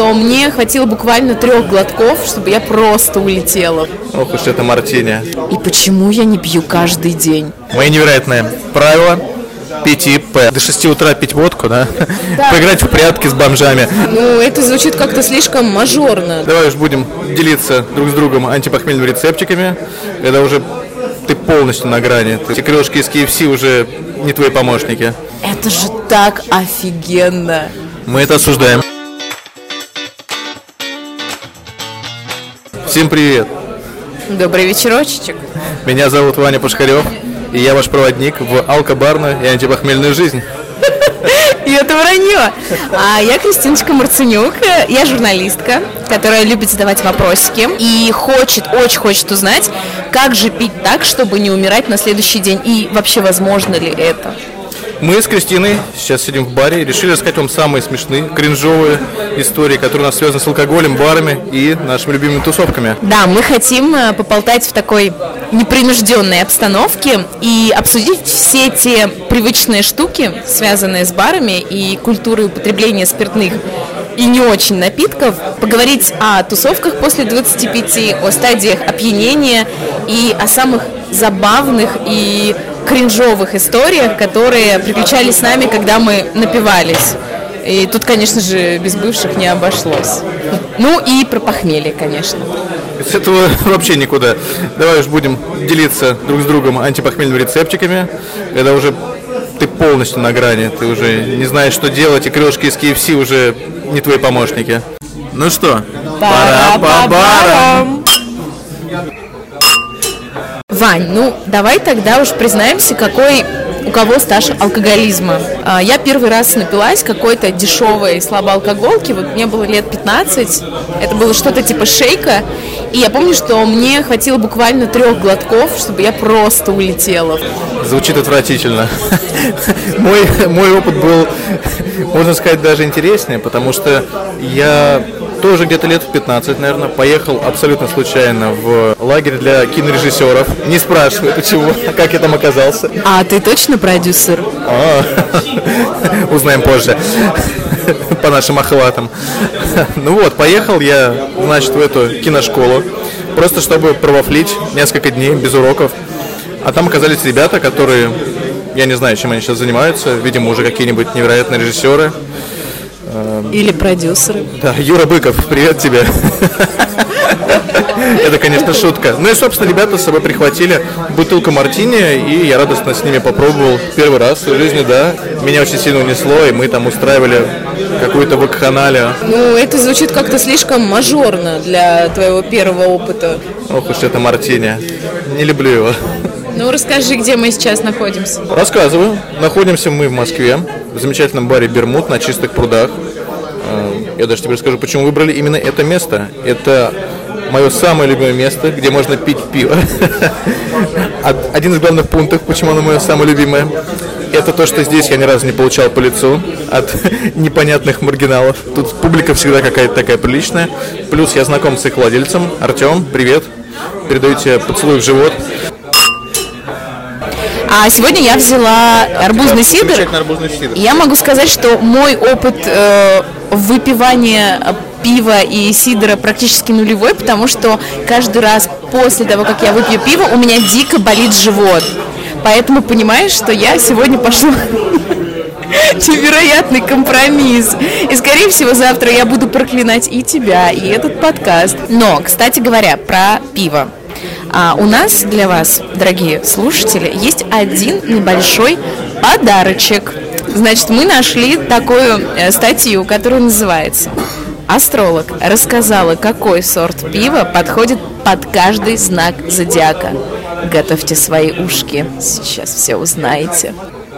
что мне хватило буквально 3 глотков, чтобы я просто улетела. Ох уж это мартини. И почему я не пью каждый день? Мои невероятные правила. Пить до 6 утра пить водку, да? Поиграть в прятки с бомжами. Ну, это звучит как-то слишком мажорно. Давай уж будем делиться друг с другом антипохмельными рецептиками, когда уже ты полностью на грани. Эти крошки из KFC уже не твои помощники. Это же так офигенно. Мы это осуждаем. Всем привет. Добрый вечерочек. Меня зовут Ваня Пушкарев, и я ваш проводник в алкобарную и антипохмельную жизнь. И это вранье. А я Кристиночка Марценюк, я журналистка, которая любит задавать вопросики и очень хочет узнать, как же пить так, чтобы не умирать на следующий день, и вообще возможно ли это. Мы с Кристиной сейчас сидим в баре и решили рассказать вам самые смешные, кринжовые истории, которые у нас связаны с алкоголем, барами и нашими любимыми тусовками. Да, мы хотим поболтать в такой непринужденной обстановке и обсудить все те привычные штуки, связанные с барами и культурой употребления спиртных и не очень напитков, поговорить о тусовках после 25, о стадиях опьянения и о самых забавных и кринжовых историях, которые приключались с нами, когда мы напивались. И тут, конечно же, без бывших не обошлось. Ну и про похмелье, конечно. С этого вообще никуда. Давай уж будем делиться друг с другом антипохмельными рецептиками, когда уже ты полностью на грани, ты уже не знаешь, что делать, и крошки из KFC уже не твои помощники. Ну что, пора по барам! Вань, ну давай тогда уж признаемся, какой у кого стаж алкоголизма. Я первый раз напилась какой-то дешевой слабоалкоголки, вот мне было лет 15, это было что-то типа шейка, и я помню, что мне хватило буквально 3 глотков, чтобы я просто улетела. Звучит отвратительно. Мой опыт был, можно сказать, даже интереснее, потому что я тоже где-то лет в 15, наверное, поехал абсолютно случайно в лагерь для кинорежиссеров. Не спрашивай, почему, как я там оказался. А ты точно продюсер? Узнаем позже, по нашим охватам. Ну вот, поехал я, значит, в эту киношколу, просто чтобы провафлить несколько дней без уроков. А там оказались ребята, которые, я не знаю, чем они сейчас занимаются, видимо, уже какие-нибудь невероятные режиссеры. Или продюсеры. Да, Юра Быков, привет тебе. Это, конечно, шутка. Ну и, собственно, ребята с собой прихватили бутылку мартини, и я радостно с ними попробовал первый раз в жизни, да. Меня очень сильно унесло, и мы там устраивали какую-то вакханалию. Ну, это звучит как-то слишком мажорно для твоего первого опыта. Ох уж это мартини. Не люблю его. Ну, расскажи, где мы сейчас находимся. Рассказываю. Находимся мы в Москве, в замечательном баре «Бермуд» на Чистых прудах. Я даже тебе расскажу, почему выбрали именно это место. Это мое самое любимое место, где можно пить пиво. Один из главных пунктов, почему оно мое самое любимое, это то, что здесь я ни разу не получал по лицу от непонятных маргиналов. Тут публика всегда какая-то такая приличная. Плюс я знаком с их владельцем. Артем, привет. Передаю тебе поцелуй в живот. А сегодня я взяла арбузный сидр. И я могу сказать, что мой опыт выпивания пива и сидра практически нулевой, потому что каждый раз после того, как я выпью пиво, у меня дико болит живот. Поэтому понимаешь, что я сегодня пошла невероятный компромисс. И, скорее всего, завтра я буду проклинать и тебя, и этот подкаст. Но, кстати говоря, про пиво. У нас для вас, дорогие слушатели, есть один небольшой подарочек. Значит, мы нашли такую статью, которая называется «Астролог рассказала, какой сорт пива подходит под каждый знак зодиака». Готовьте свои ушки, сейчас все узнаете.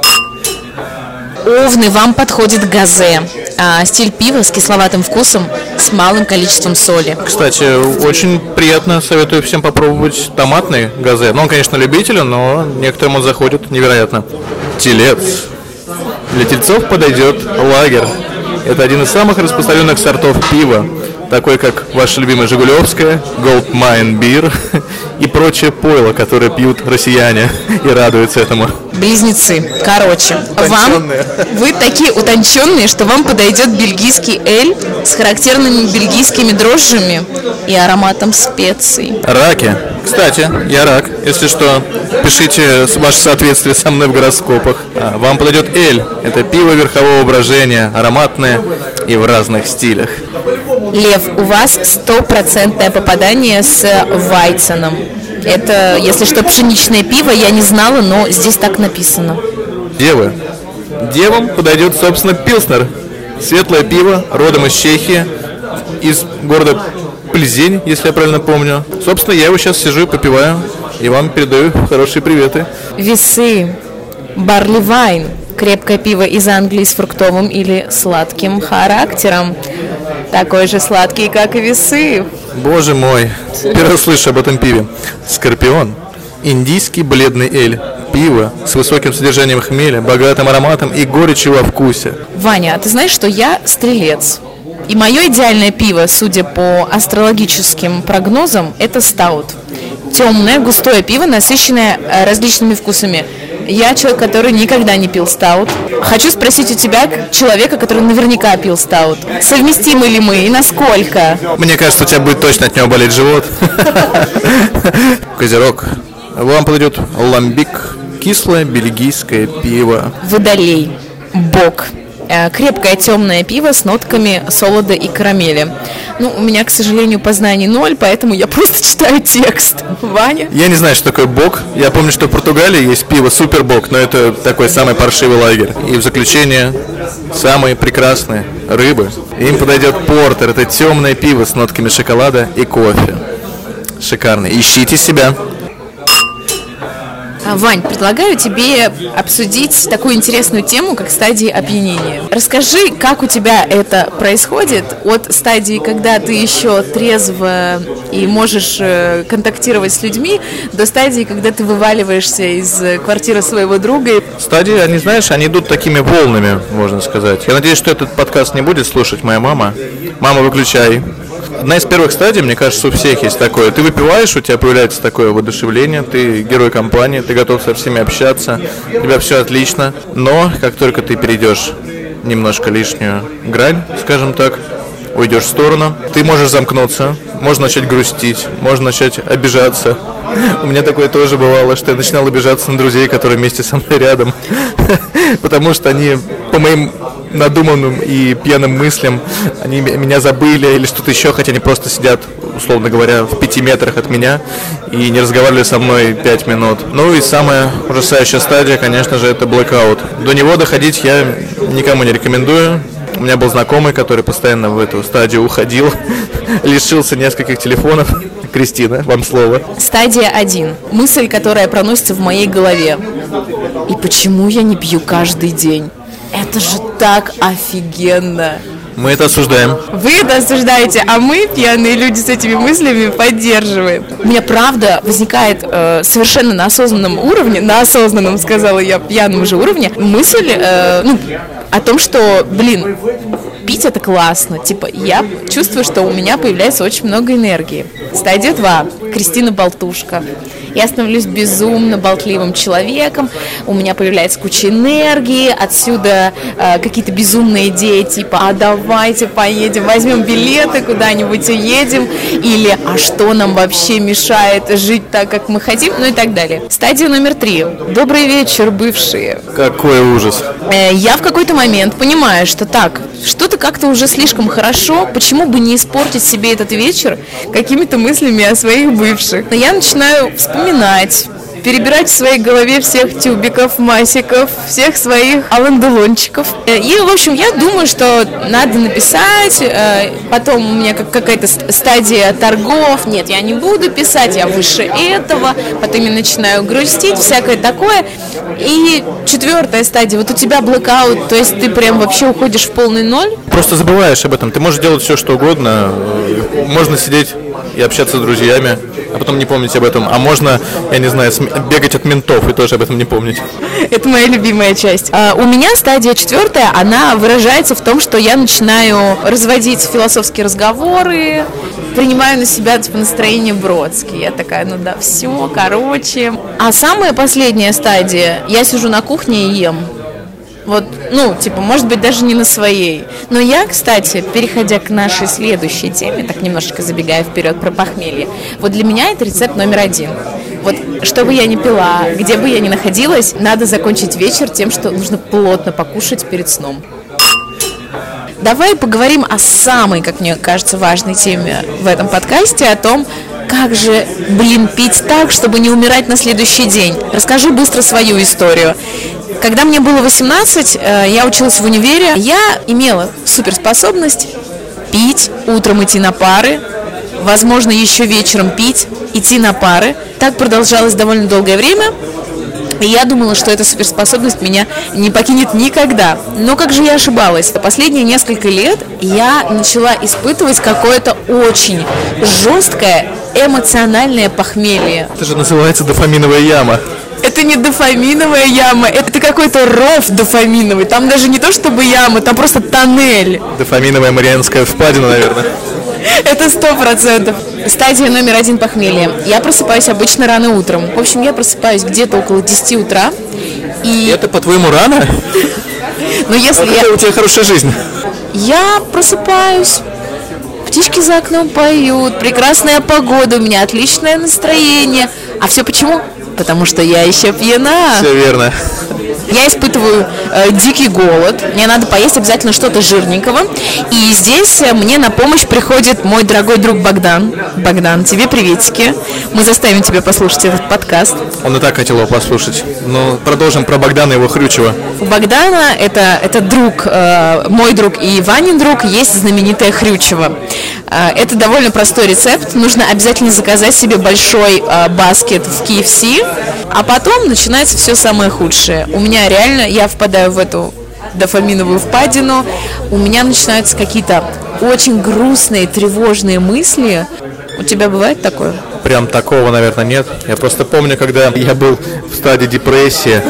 Овны, вам подходит газе. Стиль пива с кисловатым вкусом, с малым количеством соли. Кстати, очень приятно, советую всем попробовать томатный газе. Ну, он, конечно, любитель, но некоторым он заходит невероятно. Телец. Для тельцов подойдет лагерь. Это один из самых распространенных сортов пива, такой как ваше любимое Жигулевское, Gold Mine Beer и прочее пойло, которое пьют россияне и радуются этому. Близнецы. Короче, вы такие утонченные, что вам подойдет бельгийский эль с характерными бельгийскими дрожжами и ароматом специй. Раки. Кстати, я рак. Если что, пишите ваше соответствие со мной в гороскопах. Вам подойдет эль. Это пиво верхового брожения, ароматное и в разных стилях. Лев, у вас 100% попадание с Вайценом. Это, если что, пшеничное пиво, я не знала, но здесь так написано. Девы. Девам подойдет, собственно, пилснер. Светлое пиво, родом из Чехии, из города Пльзень, если я правильно помню. Собственно, я его сейчас сижу и попиваю, и вам передаю хорошие приветы. Весы. Барли вайн. Крепкое пиво из Англии с фруктовым или сладким характером. Такой же сладкий, как и весы. Боже мой, первый слышу об этом пиве. Скорпион. Индийский бледный эль. Пиво с высоким содержанием хмеля, богатым ароматом и горечью во вкусе. Ваня, а ты знаешь, что я стрелец? И мое идеальное пиво, судя по астрологическим прогнозам, это стаут. Темное, густое пиво, насыщенное различными вкусами. Я человек, который никогда не пил стаут. Хочу спросить у тебя, как человека, который наверняка пил стаут. Совместимы ли мы и насколько? Мне кажется, у тебя будет точно от него болеть живот. Козерог. Вам подойдет ламбик. Кислое бельгийское пиво. Водолей. Бок. Крепкое темное пиво с нотками солода и карамели. Ну, у меня, к сожалению, познаний 0, поэтому я просто читаю текст. Ваня? Я не знаю, что такое бок. Я помню, что в Португалии есть пиво супербок, но это такой самый паршивый лагерь. И в заключение, самые прекрасные рыбы. Им подойдет портер. Это темное пиво с нотками шоколада и кофе. Шикарно. Ищите себя. Вань, предлагаю тебе обсудить такую интересную тему, как стадии опьянения. Расскажи, как у тебя это происходит от стадии, когда ты еще трезво и можешь контактировать с людьми, до стадии, когда ты вываливаешься из квартиры своего друга. Стадии, они, знаешь, они идут такими волнами, можно сказать. Я надеюсь, что этот подкаст не будет слушать моя мама. Мама, выключай. Одна из первых стадий, мне кажется, у всех есть такое. Ты выпиваешь, у тебя появляется такое воодушевление, ты герой компании, ты готов со всеми общаться, у тебя все отлично. Но как только ты перейдешь немножко лишнюю грань, скажем так, уйдешь в сторону, ты можешь замкнуться, можно начать грустить, можно начать обижаться. У меня такое тоже бывало, что я начинал обижаться на друзей, которые вместе со мной рядом, потому что они по моим надуманным и пьяным мыслям, они меня забыли или что-то еще, хотя они просто сидят, условно говоря, в 5 метрах от меня и не разговаривали со мной 5 минут. Ну и самая ужасающая стадия, конечно же, это блэкаут. До него доходить я никому не рекомендую. У меня был знакомый, который постоянно в эту стадию уходил, лишился нескольких телефонов. Кристина, вам слово. Стадия 1. Мысль, которая проносится в моей голове. И почему я не пью каждый день? Это же так офигенно. Мы это осуждаем. Вы это осуждаете, а мы, пьяные люди, с этими мыслями поддерживаем. У меня, правда, возникает совершенно на осознанном уровне, на осознанном, сказала я, пьяном же уровне, мысль о том, что, пить это классно. Типа, я чувствую, что у меня появляется очень много энергии. Стадия 2. Кристина болтушка. Я становлюсь безумно болтливым человеком, у меня появляется куча энергии, отсюда какие-то безумные идеи, типа, а давайте поедем, возьмем билеты куда-нибудь уедем, или а что нам вообще мешает жить так, как мы хотим, ну и так далее. Стадия номер 3. Добрый вечер, бывшие. Какой ужас. Я в какой-то момент понимаю, что так, что-то как-то уже слишком хорошо, почему бы не испортить себе этот вечер какими-то мыслями о своих бывших. Но я начинаю вспоминать, перебирать в своей голове всех тюбиков, масиков, всех своих алан-делончиков. И, в общем, я думаю, что надо написать, потом у меня какая-то стадия торгов, нет, я не буду писать, я выше этого, потом я начинаю грустить, всякое такое. И 4-я стадия, вот у тебя блэкаут, то есть ты прям вообще уходишь в полный ноль. Просто забываешь об этом, ты можешь делать все, что угодно, можно сидеть и общаться с друзьями, а потом не помнить об этом. А можно, я не знаю, бегать от ментов и тоже об этом не помнить. Это моя любимая часть. У меня стадия 4, она выражается в том, что я начинаю разводить философские разговоры, принимаю на себя настроение Бродский. Я такая, ну да, все, короче. А самая последняя стадия, я сижу на кухне и ем. Вот, может быть, даже не на своей. Но я, кстати, переходя к нашей следующей теме, так немножечко забегая вперед про похмелье, вот для меня это рецепт номер 1. Вот, что бы я ни пила, где бы я ни находилась, надо закончить вечер тем, что нужно плотно покушать перед сном. Давай поговорим о самой, как мне кажется, важной теме в этом подкасте, о том, как же, пить так, чтобы не умирать на следующий день. Расскажу быстро свою историю. Когда мне было 18, я училась в универе, я имела суперспособность пить, утром идти на пары, возможно, еще вечером пить, идти на пары. Так продолжалось довольно долгое время, и я думала, что эта суперспособность меня не покинет никогда. Но как же я ошибалась? Последние несколько лет я начала испытывать какое-то очень жесткое эмоциональное похмелье. Это же называется дофаминовая яма. Это не дофаминовая яма, это какой-то ров дофаминовый. Там даже не то чтобы яма, там просто тоннель. Дофаминовая Марианская впадина, наверное. Это 100%. Стадия номер 1 похмелья. Я просыпаюсь обычно рано утром. В общем, я просыпаюсь где-то около 10 утра. И это, по-твоему, рано? Но если у тебя хорошая жизнь. Я просыпаюсь, птички за окном поют, прекрасная погода, у меня отличное настроение. А все почему? Потому что я еще пьяна. Все верно. Я испытываю дикий голод, мне надо поесть обязательно что-то жирненького. И здесь мне на помощь приходит мой дорогой друг Богдан. Богдан, тебе приветики. Мы заставим тебя послушать этот подкаст. Он и так хотел его послушать. Но продолжим про Богдана и его Хрючева. У Богдана, это друг, мой друг и Ванин друг, есть знаменитая Хрючева. Это довольно простой рецепт. Нужно обязательно заказать себе большой баскет в KFC, а потом начинается все самое худшее. У меня реально, я впадаю в эту дофаминовую впадину, у меня начинаются какие-то очень грустные, тревожные мысли. У тебя бывает такое? Прям такого, наверное, нет. Я просто помню, когда я был в стадии депрессии,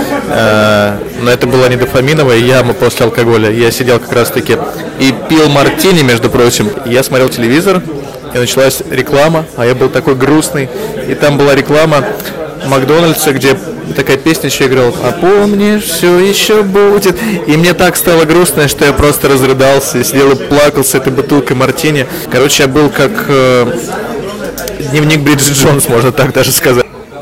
но это была не дофаминовая яма после алкоголя. Я сидел как раз-таки и пил мартини, между прочим. Я смотрел телевизор, и началась реклама, а я был такой грустный. И там была реклама Макдональдса, где такая песня еще играла: «А помнишь, все еще будет». И мне так стало грустно, что я просто разрыдался, сидел и плакал с этой бутылкой мартини. Короче, я был как дневник Бриджит Джонс, можно так даже сказать.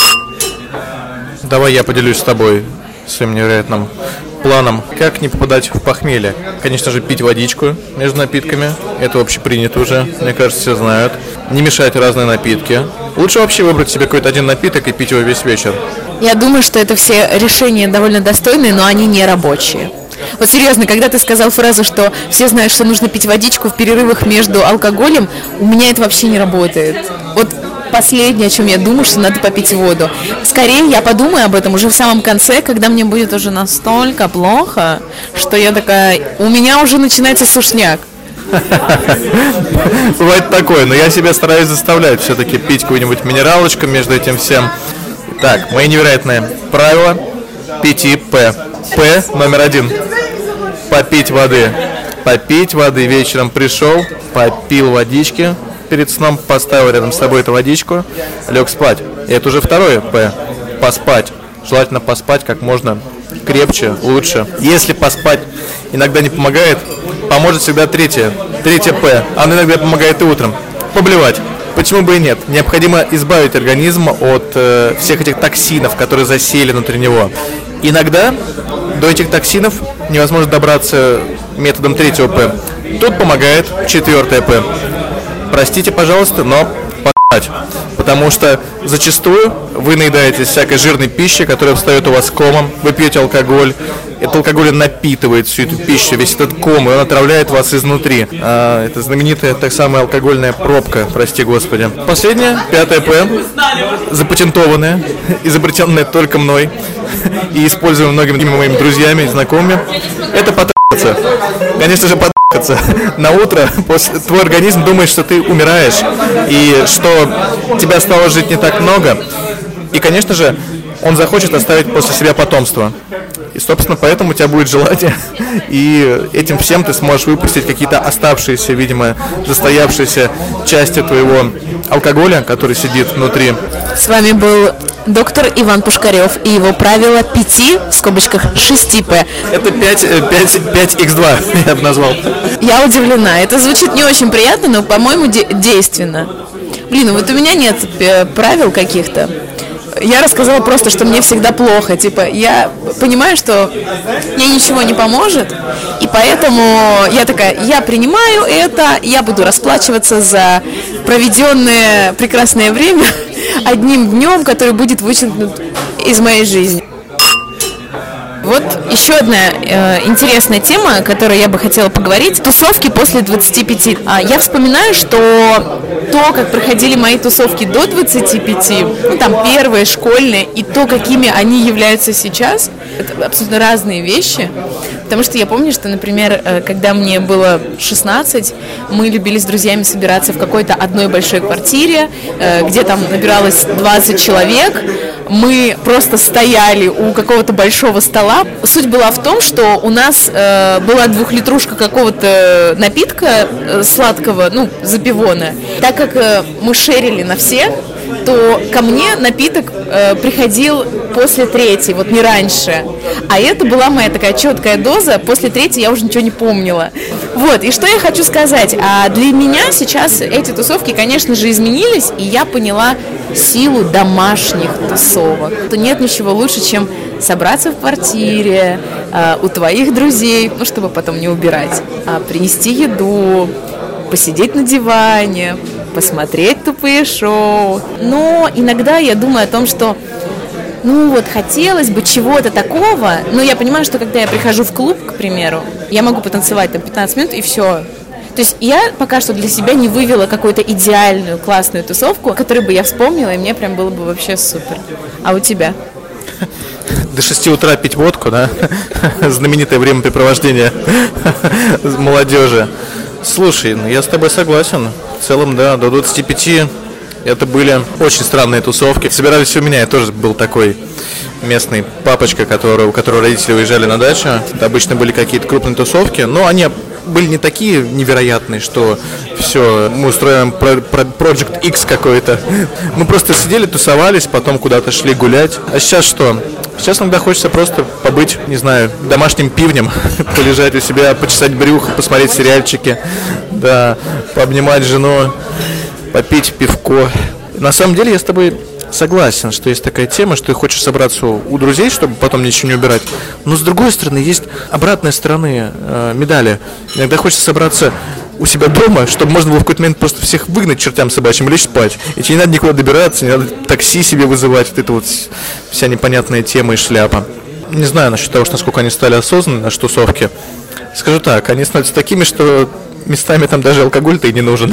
Давай я поделюсь с тобой своим невероятным планом. Как не попадать в похмелье? Конечно же, пить водичку между напитками. Это общепринято уже, мне кажется, все знают. Не мешать разные напитки. Лучше вообще выбрать себе какой-то один напиток и пить его весь вечер. Я думаю, что это все решения довольно достойные, но они не рабочие. Вот серьезно, когда ты сказал фразу, что все знают, что нужно пить водичку в перерывах между алкоголем, у меня это вообще не работает. Вот последнее, о чем я думаю, что надо попить воду. Скорее я подумаю об этом уже в самом конце, когда мне будет уже настолько плохо, что я такая, у меня уже начинается сушняк. Бывает такое, но я себя стараюсь заставлять все-таки пить какую-нибудь минералочку между этим всем. Так, мои невероятные правила 5П. П номер 1. Попить воды. Попить воды. Вечером пришел, попил водички перед сном, поставил рядом с собой эту водичку, лег спать. И это уже второе П. Поспать. Желательно поспать как можно крепче, лучше. Если поспать иногда не помогает, поможет всегда третье П. Оно иногда помогает и утром. Поблевать. Почему бы и нет? Необходимо избавить организм от всех этих токсинов, которые засели внутри него. Иногда до этих токсинов невозможно добраться методом 3 П. Тут помогает 4 П. Простите, пожалуйста, но по***ть. Потому что зачастую вы наедаетесь всякой жирной пищей, которая встает у вас комом, вы пьете алкоголь, этот алкоголь напитывает всю эту пищу, весь этот ком, и он отравляет вас изнутри. Это знаменитая так самая алкогольная пробка, прости господи. Последнее, 5 П, запатентованное, изобретенное только мной и используемое многими моими друзьями и знакомыми, это потратиться. Конечно же, на утро, твой организм думает, что ты умираешь, и что тебя стало жить не так много. И, конечно же, он захочет оставить после себя потомство. И, собственно, поэтому у тебя будет желание, и этим всем ты сможешь выпустить какие-то оставшиеся, видимо, застоявшиеся части твоего алкоголя, который сидит внутри. С вами был доктор Иван Пушкарев и его правило 5, в скобочках 6П. Это 5х2, я бы назвал. Я удивлена. Это звучит не очень приятно, но, по-моему, действенно. Блин, вот у меня нет правил каких-то. Я рассказала просто, что мне всегда плохо. Типа, я понимаю, что мне ничего не поможет, и поэтому я такая, я принимаю это, я буду расплачиваться за проведенное прекрасное время одним днем, который будет вычеркнут из моей жизни. Вот еще одна интересная тема, о которой я бы хотела поговорить. Тусовки после 25. Я вспоминаю, что то, как проходили мои тусовки до 25, ну там первые, школьные, и то, какими они являются сейчас, это абсолютно разные вещи. Потому что я помню, что, например, когда мне было 16, мы любили с друзьями собираться в какой-то одной большой квартире, где там набиралось 20 человек. Мы просто стояли у какого-то большого стола. Суть была в том, что у нас была 2-литрушка какого-то напитка сладкого, ну, запивона. Так как мы шерили на всех, то ко мне напиток приходил после 3-й, вот не раньше. А это была моя такая четкая доза. После 3-й я уже ничего не помнила. Вот, и что я хочу сказать. А для меня сейчас эти тусовки, конечно же, изменились, и я поняла силу домашних тусовок. То нет ничего лучше, чем собраться в квартире, у твоих друзей, ну, чтобы потом не убирать, принести еду, посидеть на диване, посмотреть тупые шоу. Но иногда я думаю о том, что ну вот хотелось бы чего-то такого, но я понимаю, что когда я прихожу в клуб, к примеру, я могу потанцевать там 15 минут и все. То есть я пока что для себя не вывела какую-то идеальную классную тусовку, которую бы я вспомнила, и мне прям было бы вообще супер. А у тебя? До 6 утра пить водку, да? Знаменитое времяпрепровождение молодежи. Слушай, ну я с тобой согласен. В целом, да, до 25 это были очень странные тусовки. Собирались у меня, я тоже был такой местный папочка, у которого родители уезжали на дачу. Это обычно были какие-то крупные тусовки, но они были не такие невероятные, что все, мы устроим Project X какой-то. Мы просто сидели, тусовались, потом куда-то шли гулять. А сейчас что? Сейчас иногда хочется просто побыть, не знаю, домашним пивнем, полежать у себя, почесать брюхо, посмотреть сериальчики, да, пообнимать жену, попить пивко. На самом деле я с тобой согласен, что есть такая тема, что ты хочешь собраться у друзей, чтобы потом ничего не убирать. Но с другой стороны, есть обратная сторона медали. Иногда хочется собраться у себя дома, чтобы можно было в какой-то момент просто всех выгнать чертям собачьим и лечь спать. И тебе не надо никуда добираться, не надо такси себе вызывать. Вот это вот вся непонятная тема и шляпа. Не знаю насчет того, насколько они стали осознанны на тусовке. Скажу так, они становятся такими, что местами там даже алкоголь-то и не нужен.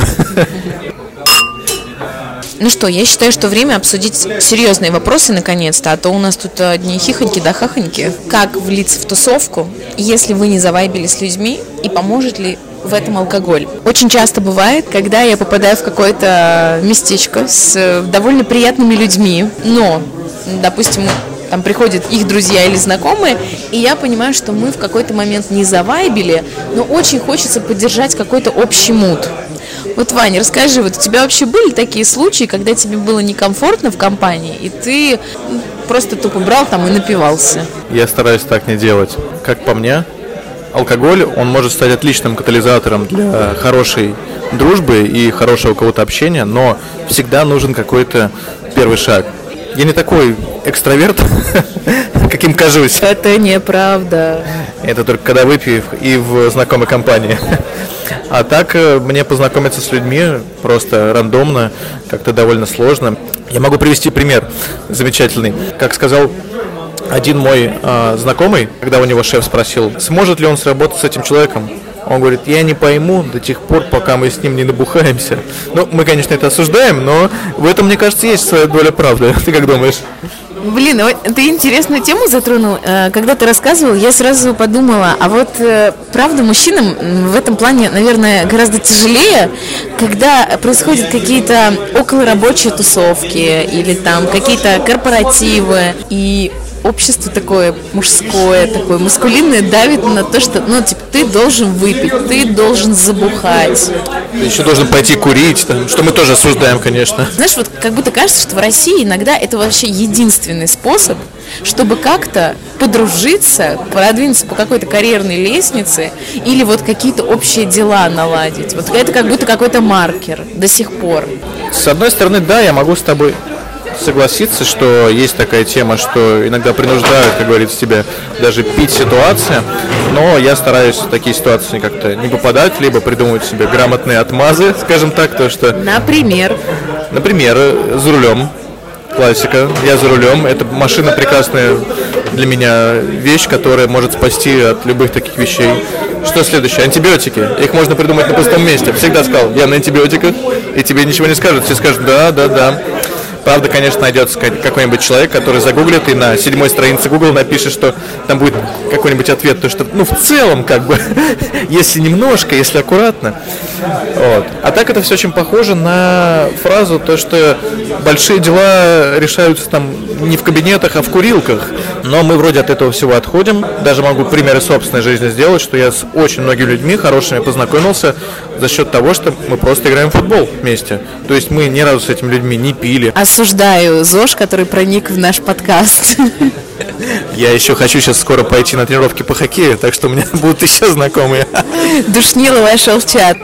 Ну что, я считаю, что время обсудить серьезные вопросы наконец-то, а то у нас тут одни хихоньки да хахоньки. Как влиться в тусовку, если вы не завайбили с людьми, и поможет ли в этом алкоголь? Очень часто бывает, когда я попадаю в какое-то местечко с довольно приятными людьми, но, допустим, там приходят их друзья или знакомые, и я понимаю, что мы в какой-то момент не завайбили, но очень хочется поддержать какой-то общий муд. Вот, Ваня, расскажи, вот у тебя вообще были такие случаи, когда тебе было некомфортно в компании, и ты просто тупо брал там и напивался? Я стараюсь так не делать. Как по мне, алкоголь, он может стать отличным катализатором для хорошей дружбы и хорошего кого-то общения, но всегда нужен какой-то первый шаг. Я не такой экстраверт, каким кажусь. Это неправда. Это только когда выпью и в знакомой компании. А так мне познакомиться с людьми просто рандомно, как-то довольно сложно. Я могу привести пример замечательный. Как сказал один мой знакомый, когда у него шеф спросил, сможет ли он сработать с этим человеком. Он говорит, я не пойму до тех пор, пока мы с ним не набухаемся. Ну, мы, конечно, это осуждаем, но в этом, мне кажется, есть своя доля правды. Ты как думаешь? Блин, ты интересную тему затронул. Когда ты рассказывал, я сразу подумала, а вот правда мужчинам в этом плане, наверное, гораздо тяжелее, когда происходят какие-то околорабочие тусовки или там какие-то корпоративы, и общество такое мужское, такое маскулинное давит на то, что, ну, типа, ты должен выпить, ты должен забухать. Ты еще должен пойти курить, что мы тоже осуждаем, конечно. Знаешь, вот как будто кажется, что в России иногда это вообще единственный способ, чтобы как-то подружиться, продвинуться по какой-то карьерной лестнице или вот какие-то общие дела наладить. Вот это как будто какой-то маркер до сих пор. С одной стороны, да, я могу с тобой согласиться, что есть такая тема, что иногда принуждают, как говорится, тебя даже пить ситуации, но я стараюсь в такие ситуации как-то не попадать, либо придумывать себе грамотные отмазы, скажем так, то что... Например, за рулем. Классика. Я за рулем. Это машина прекрасная для меня вещь, которая может спасти от любых таких вещей. Что следующее? Антибиотики. Их можно придумать на пустом месте. Всегда сказал, я на антибиотиках, и тебе ничего не скажут. Все скажут, да. Правда, конечно, найдется какой-нибудь человек, который загуглит и на 7-й странице Google напишет, что там будет какой-нибудь ответ, то что, ну, в целом, как бы, если немножко, если аккуратно. Вот. А так это все очень похоже на фразу, то, что большие дела решаются там не в кабинетах, а в курилках. Но мы вроде от этого всего отходим. Даже могу примеры собственной жизни сделать, что я с очень многими людьми хорошими познакомился за счет того, что мы просто играем в футбол вместе. То есть мы ни разу с этими людьми не пили. Осуждаю ЗОЖ, который проник в наш подкаст. Я еще хочу сейчас скоро пойти на тренировки по хоккею, так что у меня будут еще знакомые. Душнило вошел в чат.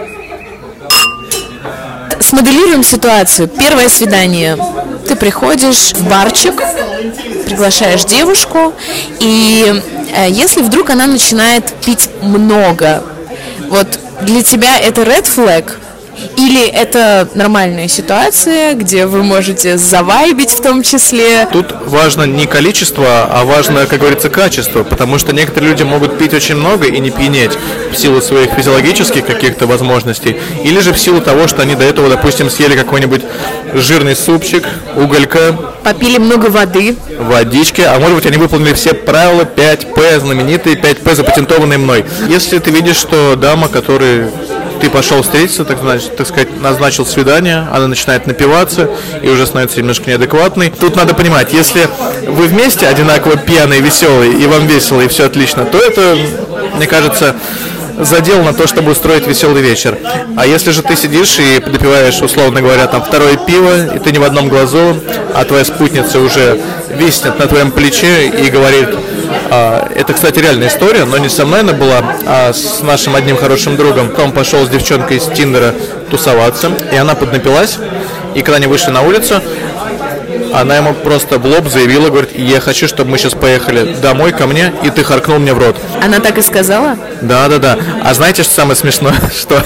Смоделируем ситуацию. Первое свидание. Ты приходишь в барчик, приглашаешь девушку, и если вдруг она начинает пить много, вот для тебя это red flag? Или это нормальная ситуация, где вы можете завайбить в том числе? Тут важно не количество, а важно, как говорится, качество. Потому что некоторые люди могут пить очень много и не пьянеть в силу своих физиологических каких-то возможностей. Или же в силу того, что они до этого, допустим, съели какой-нибудь жирный супчик, уголька. Попили много воды. Водички. А может быть, они выполнили все правила 5П, знаменитые 5П, запатентованные мной. Если ты видишь, что дама, которая... Ты пошел встретиться, так сказать, назначил свидание, она начинает напиваться и уже становится немножко неадекватной. Тут надо понимать, если вы вместе одинаково пьяные, веселые, и вам весело, и все отлично, то это, мне кажется, задел на то, чтобы устроить веселый вечер. А если же ты сидишь и допиваешь, условно говоря, там второе пиво, и ты не в одном глазу, а твоя спутница уже виснет на твоем плече и говорит... Это, кстати, реальная история, но не со мной она была, а с нашим одним хорошим другом. Он пошел с девчонкой из Тиндера тусоваться, и она поднапилась, и когда они вышли на улицу, она ему просто в лоб заявила, говорит, я хочу, чтобы мы сейчас поехали домой ко мне, и ты харкнул мне в рот. Она так и сказала? Да. А знаете, что самое смешное? Что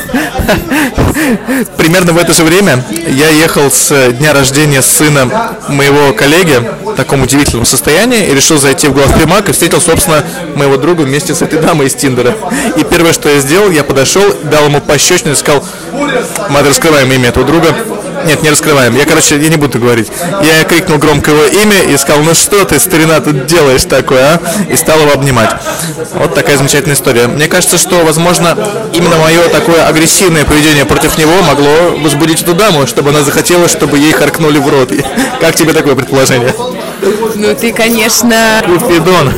примерно в это же время я ехал с дня рождения сына моего коллеги в таком удивительном состоянии и решил зайти в главпримак и встретил, собственно, моего друга вместе с этой дамой из Тиндера. И первое, что я сделал, я подошел, дал ему пощечину и сказал, мы раскрываем имя этого друга. Нет, не раскрываем. Я не буду говорить. Я крикнул громко его имя и сказал, ну что ты, старина, тут делаешь такое, а? И стал его обнимать. Вот такая замечательная история. Мне кажется, что, возможно, именно мое такое агрессивное поведение против него могло возбудить эту даму, чтобы она захотела, чтобы ей харкнули в рот. Как тебе такое предположение? Ну, ты, конечно... Купидон.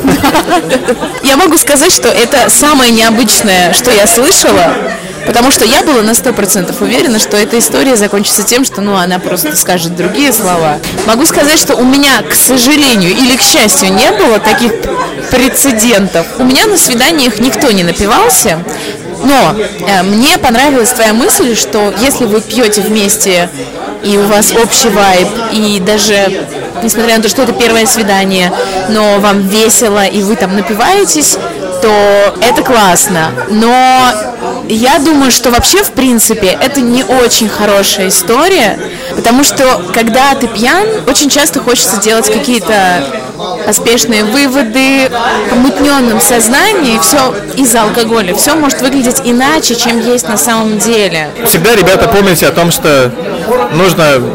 Я могу сказать, что это самое необычное, что я слышала. Потому что я была на 100% уверена, что эта история закончится тем, что она просто скажет другие слова. Могу сказать, что у меня, к сожалению или к счастью, не было таких прецедентов. У меня на свиданиях никто не напивался, но мне понравилась твоя мысль, что если вы пьете вместе и у вас общий вайб, и даже несмотря на то, что это первое свидание, но вам весело и вы там напиваетесь, то это классно. Но я думаю, что вообще, в принципе, это не очень хорошая история, потому что, когда ты пьян, очень часто хочется делать какие-то поспешные выводы, в помутненном сознании, все из-за алкоголя, все может выглядеть иначе, чем есть на самом деле. Всегда, ребята, помните о том, что нужно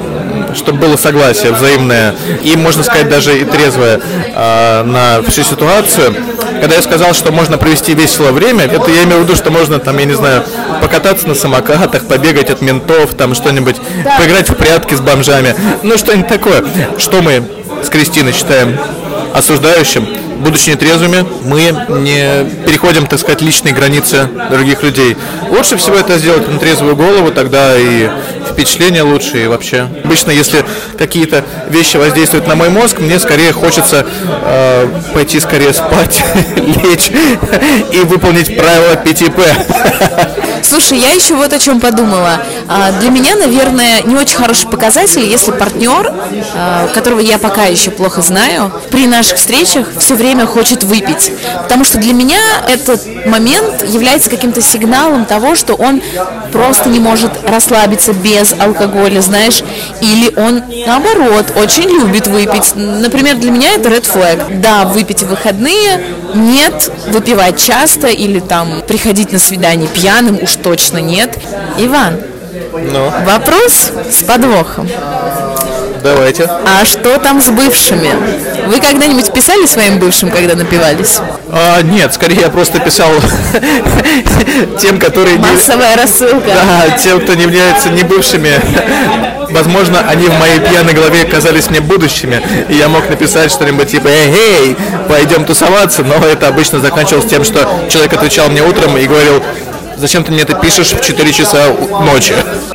чтобы было согласие взаимное и, можно сказать, даже и трезвое на всю ситуацию. Когда я сказал, что можно провести весело время, это я имею в виду, что можно там, я не знаю, покататься на самокатах, побегать от ментов, там что-нибудь, поиграть в прятки с бомжами, ну что-нибудь такое. Что мы с Кристиной считаем осуждающим? Будучи нетрезвыми, мы не переходим, так сказать, личные границы других людей. Лучше всего это сделать на трезвую голову, тогда и впечатление лучше, и вообще. Обычно, если какие-то вещи воздействуют на мой мозг, мне скорее хочется пойти скорее спать, лечь и выполнить правила 5П. Слушай, я еще вот о чем подумала. Для меня, наверное, не очень хороший показатель, если партнер, которого я пока еще плохо знаю, при наших встречах все время хочет выпить. Потому что для меня этот момент является каким-то сигналом того, что он просто не может расслабиться без алкоголя, знаешь, или он, наоборот, очень любит выпить. Например, для меня это red flag. Да, выпить в выходные, нет, выпивать часто или там приходить на свидание пьяным, уж точно нет. Иван, вопрос с подвохом. Давайте. А что там с бывшими? Вы когда-нибудь писали своим бывшим, когда напивались? Нет, скорее я просто писал тем, которые... Массовая рассылка. Да, тем, кто не является не бывшими. Возможно, они в моей пьяной голове казались мне будущими, и я мог написать что-нибудь типа «Эй, пойдем тусоваться», но это обычно заканчивалось тем, что человек отвечал мне утром и говорил: «Зачем ты мне это пишешь в 4 часа ночи?»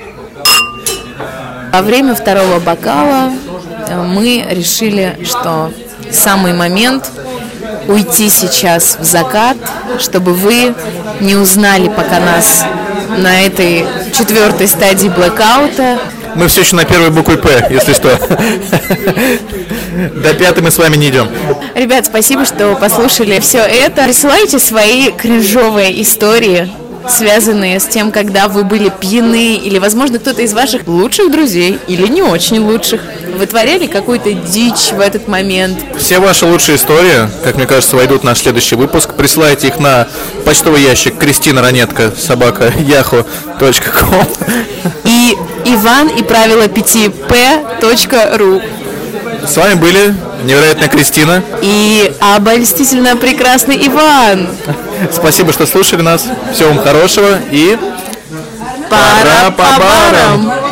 Во время второго бокала мы решили, что самый момент уйти сейчас в закат, чтобы вы не узнали пока нас на этой 4-й стадии блэкаута. Мы все еще на первой букве «П», если что. До 5 мы с вами не идем. Ребят, спасибо, что послушали все это. Присылайте свои кринжовые истории, связанные с тем, когда вы были пьяны, или, возможно, кто-то из ваших лучших друзей, или не очень лучших, вытворяли какую-то дичь в этот момент. Все ваши лучшие истории, как мне кажется, войдут в наш следующий выпуск. Присылайте их на почтовый ящик kristina.ronetko@yahoo.com. И Иван и правила 5p.ru. С вами были невероятная Кристина и обольстительно прекрасный Иван. Спасибо, что слушали нас. Всего вам хорошего и пора по барам.